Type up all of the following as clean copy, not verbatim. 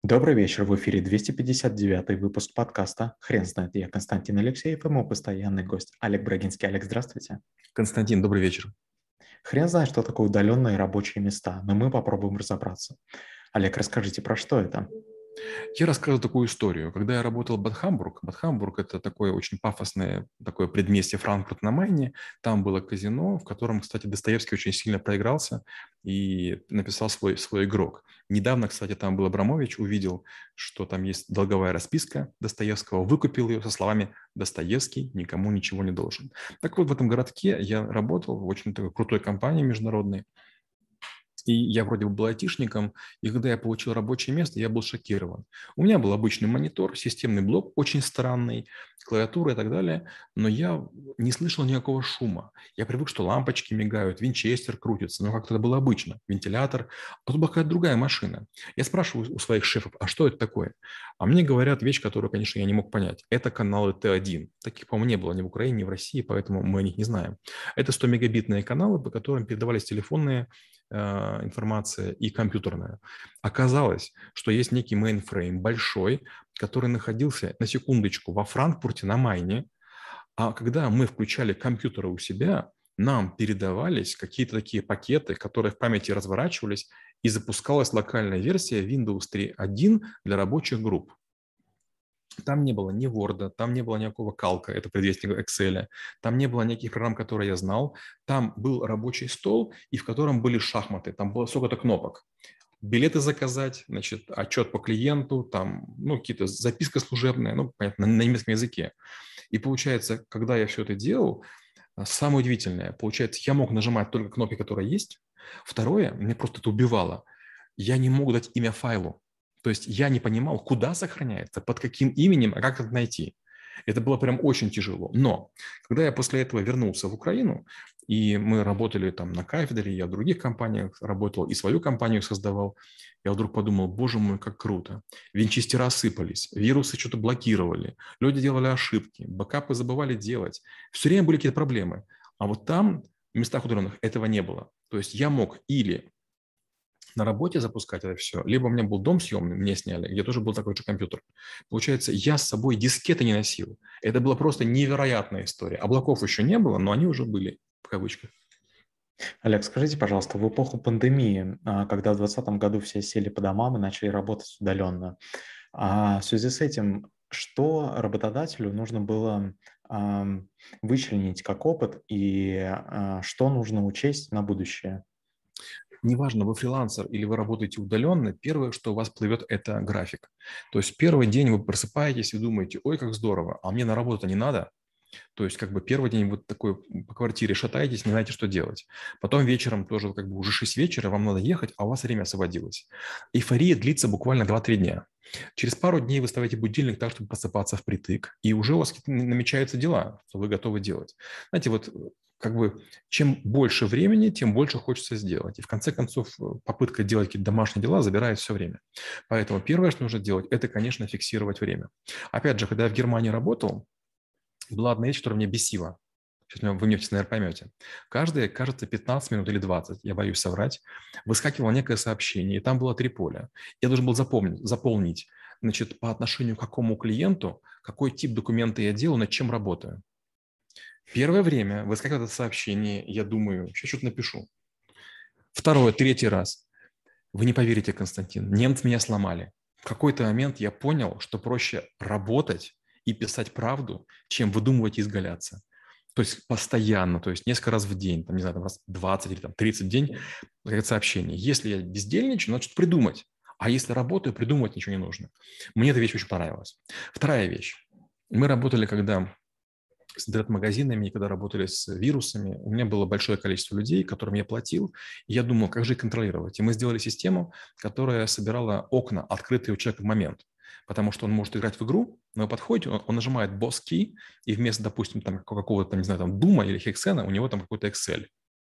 Добрый вечер, в эфире 259 выпуск подкаста «Хрен знает». Я Константин Алексеев и мой постоянный гость Олег Брагинский. Олег, здравствуйте. Константин, добрый вечер. Хрен знает, что такое удаленные рабочие места, но мы попробуем разобраться. Олег, расскажите, про что это? Я расскажу такую историю. Когда я работал в Бад-Хамбург – это такое очень пафосное такое предместье Франкфурта на Майне. Там было казино, в котором, кстати, Достоевский очень сильно проигрался и написал свой игрок. Недавно, кстати, там был Абрамович, увидел, что там есть долговая расписка Достоевского, выкупил ее со словами «Достоевский никому ничего не должен». Так вот, в этом городке я работал в очень такой крутой компании международной. И я вроде бы был айтишником, и когда я получил рабочее место, я был шокирован. У меня был обычный монитор, системный блок, очень странный, клавиатура и так далее, но я не слышал никакого шума. Я привык, что лампочки мигают, винчестер крутится, но как-то это было обычно, вентилятор. А тут была какая-то другая машина. Я спрашиваю у своих шефов, а что это такое? А мне говорят вещь, которую, конечно, я не мог понять. Это каналы Т1. Таких, по-моему, не было ни в Украине, ни в России, поэтому мы о них не знаем. Это 100-мегабитные каналы, по которым передавались телефонные информация и компьютерная. Оказалось, что есть некий мейнфрейм большой, который находился, на секундочку, во Франкфурте на Майне, а когда мы включали компьютеры у себя, нам передавались какие-то такие пакеты, которые в памяти разворачивались, и запускалась локальная версия Windows 3.1 для рабочих групп. Там не было ни Word, там не было никакого калка, это предвестник Excel, там не было никаких программ, которые я знал. Там был рабочий стол, и в котором были шахматы, там было сколько-то кнопок. Билеты заказать, значит, отчет по клиенту, там, какие-то записка служебная, понятно, на немецком языке. И получается, когда я все это делал, самое удивительное, получается, я мог нажимать только кнопки, которые есть. Второе, мне просто это убивало. Я не мог дать имя файлу. То есть я не понимал, куда сохраняется, под каким именем, а как это найти. Это было прям очень тяжело. Но когда я после этого вернулся в Украину, и мы работали там на кафедре, я в других компаниях работал и свою компанию создавал, я вдруг подумал, боже мой, как круто. Винчестера сыпались, вирусы что-то блокировали, люди делали ошибки, бэкапы забывали делать. Все время были какие-то проблемы. А вот там, в местах удаленных, этого не было. То есть я мог или на работе запускать это все, либо у меня был дом съемный, мне сняли, где тоже был такой же компьютер. Получается, я с собой дискеты не носил. Это была просто невероятная история. Облаков еще не было, но они уже были, в кавычках. Олег, скажите, пожалуйста, в эпоху пандемии, когда в 2020 году все сели по домам и начали работать удаленно, в связи с этим, что работодателю нужно было вычленить как опыт и что нужно учесть на будущее? Неважно, вы фрилансер или вы работаете удаленно, первое, что у вас плывет, это график. То есть первый день вы просыпаетесь и думаете, ой, как здорово, а мне на работу-то не надо. То есть как бы первый день вы такой по квартире шатаетесь, не знаете, что делать. Потом вечером тоже как бы уже 6 вечера, вам надо ехать, а у вас время освободилось. Эйфория длится буквально 2-3 дня. Через пару дней вы ставите будильник так, чтобы просыпаться впритык, и уже у вас намечаются дела, что вы готовы делать. Знаете, вот как бы чем больше времени, тем больше хочется сделать. И в конце концов попытка делать какие-то домашние дела забирает все время. Поэтому первое, что нужно делать, это, конечно, фиксировать время. Опять же, когда я в Германии работал, была одна вещь, которая меня бесила. Сейчас вы мне, наверное, поймете. Каждые, кажется, 15 минут или 20, я боюсь соврать, выскакивало некое сообщение, и там было 3 поля. Я должен был заполнить, значит, по отношению к какому клиенту, какой тип документа я делаю, над чем работаю. Первое время выскакивает это сообщение, я думаю, сейчас что-то напишу. Второе, третий раз. Вы не поверите, Константин, немцы меня сломали. В какой-то момент я понял, что проще работать и писать правду, чем выдумывать и изгаляться. То есть постоянно, то есть несколько раз в день, там, не знаю, там раз 20 или там 30 в день сообщение. Если я бездельничаю, надо что-то придумать. А если работаю, придумывать ничего не нужно. Мне эта вещь очень понравилась. Вторая вещь. Мы работали, когда с интернет-магазинами, когда работали с вирусами, у меня было большое количество людей, которым я платил, и я думал, как же их контролировать. И мы сделали систему, которая собирала окна, открытые у человека в момент. Потому что он может играть в игру, но вы подходите, он нажимает boss key, и вместо, допустим, там, какого-то, не знаю, там, Дума или Хексена, у него там какой-то Excel.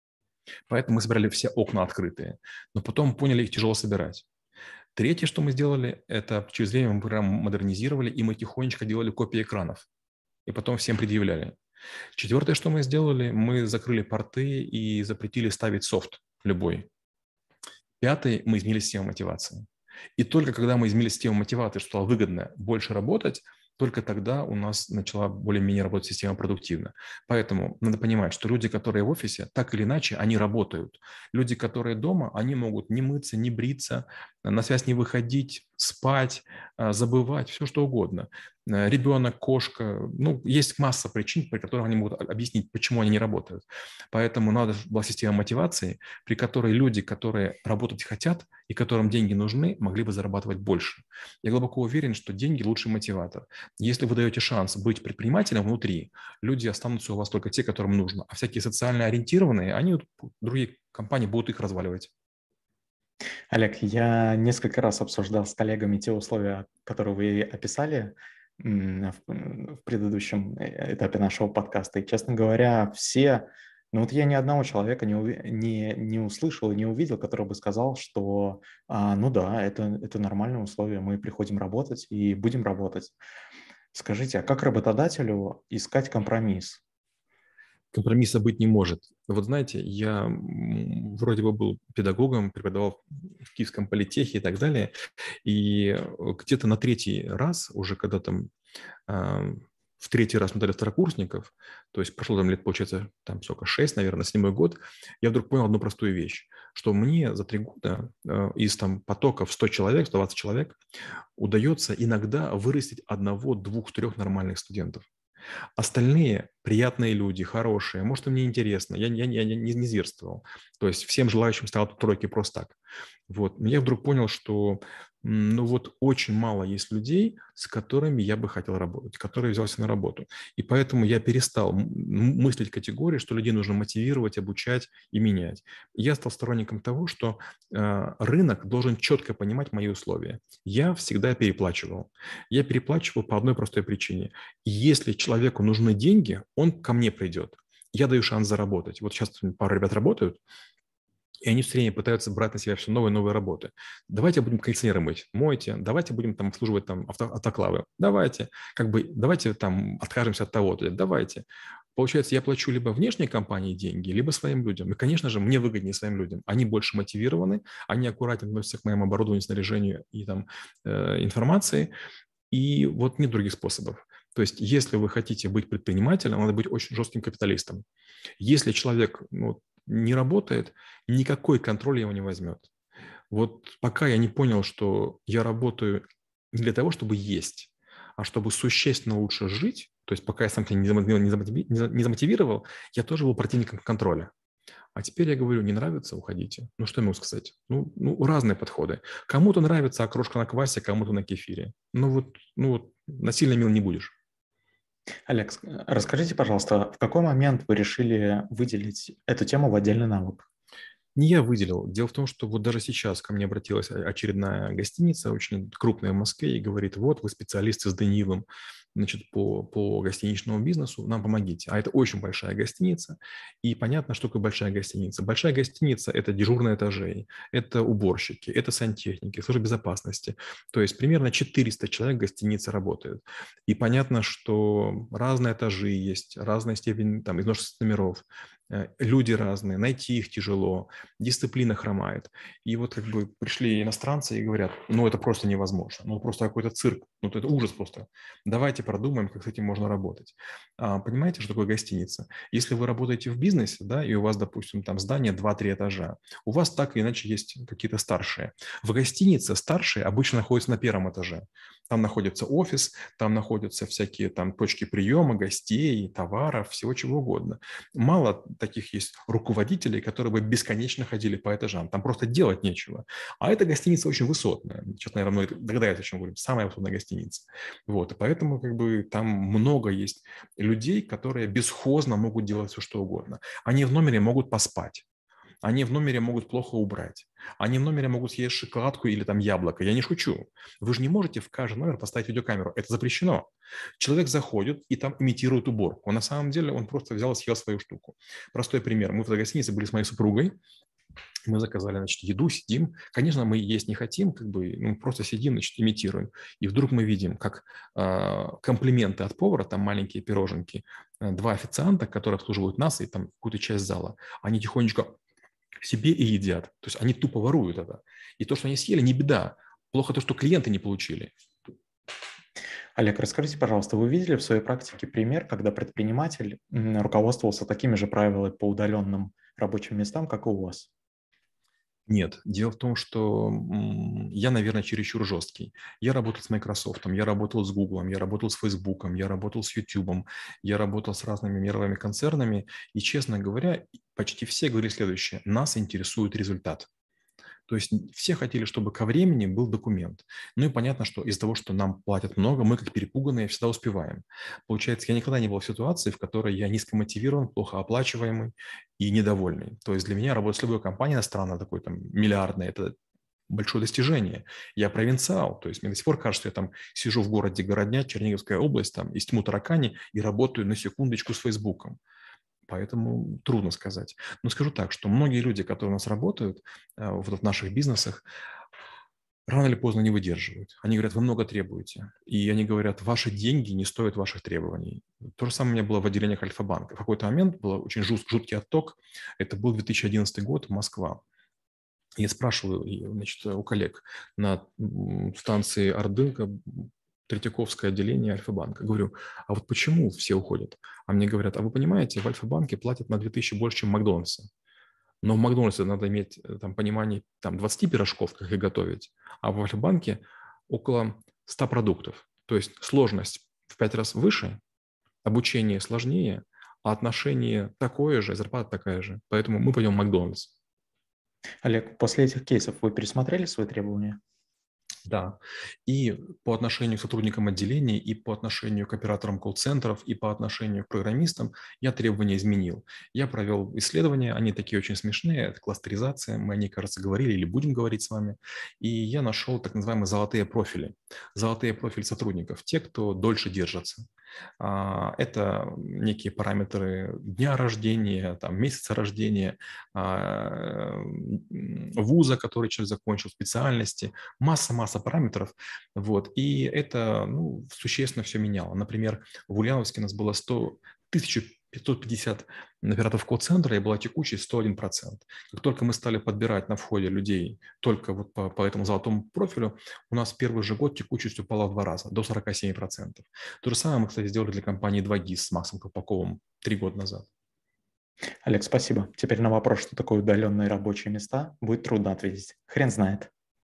Поэтому мы собирали все окна открытые. Но потом поняли, их тяжело собирать. Третье, что мы сделали, это через время мы программу модернизировали, и мы тихонечко делали копии экранов. И потом всем предъявляли. Четвертое, что мы сделали, мы закрыли порты и запретили ставить софт любой. Пятое, мы изменили систему мотивации. И только когда мы изменили систему мотивации, что стало выгодно больше работать, только тогда у нас начала более-менее работать система продуктивно. Поэтому надо понимать, что люди, которые в офисе, так или иначе, они работают. Люди, которые дома, они могут не мыться, не бриться, на связь не выходить, спать, забывать, все что угодно. Ребенок, кошка, ну, есть масса причин, при которых они могут объяснить, почему они не работают. Поэтому надо была система мотивации, при которой люди, которые работать хотят и которым деньги нужны, могли бы зарабатывать больше. Я глубоко уверен, что деньги – лучший мотиватор. Если вы даете шанс быть предпринимателем внутри, люди останутся у вас только те, которым нужно. А всякие социально ориентированные, они, другие компании будут их разваливать. Олег, я несколько раз обсуждал с коллегами те условия, которые вы описали в предыдущем этапе нашего подкаста. И, честно говоря, все... Ну вот я ни одного человека не услышал и не увидел, который бы сказал, что ну да, это нормальные условия, мы приходим работать и будем работать. Скажите, а как работодателю искать компромисс? Компромисса быть не может. Вот знаете, я вроде бы был педагогом, преподавал в Киевском политехе и так далее, и где-то на третий раз, уже когда там в третий раз мы дали второкурсников, то есть прошло там лет, получается, там сколько, 6, наверное, 7-й год, я вдруг понял одну простую вещь, что мне за 3 года из там потоков 100 человек, 120 человек удается иногда вырастить одного, двух, трех нормальных студентов. Остальные приятные люди, хорошие, может, им не интересно, я не зверствовал. То есть всем желающим ставил тройки просто так. Вот. Но я вдруг понял, что ну вот очень мало есть людей, с которыми я бы хотел работать, которые взялся на работу. И поэтому я перестал мыслить категории, что людей нужно мотивировать, обучать и менять. Я стал сторонником того, что рынок должен четко понимать мои условия. Я всегда переплачивал. Я переплачивал по одной простой причине. Если человеку нужны деньги, он ко мне придет. Я даю шанс заработать. Вот сейчас пару ребят работают, и они все время пытаются брать на себя все новые и новые работы. Давайте будем кондиционеры мыть, мойте. Давайте будем там обслуживать там автоклавы. Давайте. Давайте там откажемся от того-то. Давайте. Получается, я плачу либо внешней компании деньги, либо своим людям. И, конечно же, мне выгоднее своим людям. Они больше мотивированы, они аккуратнее относятся к моему оборудованию, снаряжению и там информации. И вот нет других способов. То есть, если вы хотите быть предпринимателем, надо быть очень жестким капиталистом. Если человек не работает, никакой контроль его не возьмет. Вот пока я не понял, что я работаю не для того, чтобы есть, а чтобы существенно лучше жить, то есть пока я сам себя не замотивировал, я тоже был противником контроля. А теперь я говорю, не нравится, уходите. Ну, что я могу сказать? Ну, разные подходы. Кому-то нравится окрошка на квасе, кому-то на кефире. Ну, насильно мил не будешь. Олег, расскажите, пожалуйста, в какой момент вы решили выделить эту тему в отдельный навык? Не я выделил. Дело в том, что вот даже сейчас ко мне обратилась очередная гостиница, очень крупная в Москве, и говорит, вот вы специалисты с Даниилом, значит, по гостиничному бизнесу, нам помогите. А это очень большая гостиница, и понятно, что такое большая гостиница. Большая гостиница – это дежурные этажей, это уборщики, это сантехники, служба безопасности. То есть примерно 400 человек в гостинице работают. И понятно, что разные этажи есть, разная степень там, изношенности номеров, люди разные, найти их тяжело, дисциплина хромает. И вот как бы пришли иностранцы и говорят, это просто невозможно, просто какой-то цирк, это ужас просто. Давайте продумаем, как с этим можно работать. Понимаете, что такое гостиница? Если вы работаете в бизнесе, да, и у вас, допустим, там здание 2-3 этажа, у вас так или иначе есть какие-то старшие. В гостинице старшие обычно находятся на 1 этаже. Там находится офис, там находятся всякие там точки приема гостей, товаров, всего чего угодно. Мало таких есть руководителей, которые бы бесконечно ходили по этажам. Там просто делать нечего. А эта гостиница очень высотная. Сейчас, наверное, догадается, о чем говорим. Самая высотная гостиница. Вот. И поэтому как бы там много есть людей, которые бесхозно могут делать все, что угодно. Они в номере могут поспать. Они в номере могут плохо убрать. Они в номере могут съесть шоколадку или там яблоко. Я не шучу. Вы же не можете в каждый номер поставить видеокамеру. Это запрещено. Человек заходит и там имитирует уборку. На самом деле он просто взял и съел свою штуку. Простой пример. Мы в этой гостинице были с моей супругой. Мы заказали, значит, еду, сидим. Конечно, мы есть не хотим, как бы, просто сидим, значит, имитируем. И вдруг мы видим, как комплименты от повара, там маленькие пироженки, 2 официанта, которые обслуживают нас и там какую-то часть зала, они тихонечко себе и едят. То есть они тупо воруют это. И то, что они съели, не беда. Плохо то, что клиенты не получили. Олег, расскажите, пожалуйста, вы видели в своей практике пример, когда предприниматель руководствовался такими же правилами по удаленным рабочим местам, как и у вас? Нет, дело в том, что я, наверное, чересчур жесткий. Я работал с Microsoft, я работал с Google, я работал с Facebook, я работал с YouTube, я работал с разными мировыми концернами. И, честно говоря, почти все говорили следующее: нас интересует результат. То есть все хотели, чтобы ко времени был документ. Ну и понятно, что из-за того, что нам платят много, мы, как перепуганные, всегда успеваем. Получается, я никогда не был в ситуации, в которой я низкомотивирован, плохо оплачиваемый и недовольный. То есть для меня работа с любой компанией иностранной, такой там миллиардной, это большое достижение. Я провинциал, то есть мне до сих пор кажется, что я там сижу в городе Городня, Черниговская область, там из тьму таракани и работаю на секундочку с Фейсбуком. Поэтому трудно сказать. Но скажу так, что многие люди, которые у нас работают в наших бизнесах, рано или поздно не выдерживают. Они говорят: вы много требуете. И они говорят: ваши деньги не стоят ваших требований. То же самое у меня было в отделениях Альфа-банка. В какой-то момент был очень жуткий отток. Это был 2011 год, Москва. Я спрашиваю, значит, у коллег на станции Ордынка, Третьяковское отделение Альфа-банка. Говорю: а вот почему все уходят? А мне говорят: а вы понимаете, в Альфа-банке платят на 2000 больше, чем в Макдональдсе. Но в Макдональдсе надо иметь там понимание там 20 пирожков, как их готовить, а в Альфа-банке около 100 продуктов. То есть сложность в 5 раз выше, обучение сложнее, а отношение такое же, зарплата такая же. Поэтому мы пойдем в Макдональдс. Олег, после этих кейсов вы пересмотрели свои требования? Да. И по отношению к сотрудникам отделений, и по отношению к операторам колл-центров, и по отношению к программистам я требования изменил. Я провел исследования, они такие очень смешные, это кластеризация, мы о ней, кажется, говорили или будем говорить с вами. И я нашел так называемые золотые профили. Золотые профили сотрудников, те, кто дольше держатся. Это некие параметры дня рождения, там, месяца рождения, вуза, который человек закончил, специальности, масса параметров. Вот. И это существенно все меняло. Например, в Ульяновске у нас было 1550 операторов колл-центра, и была текучесть 101%. Как только мы стали подбирать на входе людей только вот по этому золотому профилю, у нас в первый же год текучесть упала в 2 раза, до 47%. То же самое мы, кстати, сделали для компании 2GIS с Максом Колпаковым 3 года назад. Олег, спасибо. Теперь на вопрос, что такое удаленные рабочие места, будет трудно ответить. Хрен знает.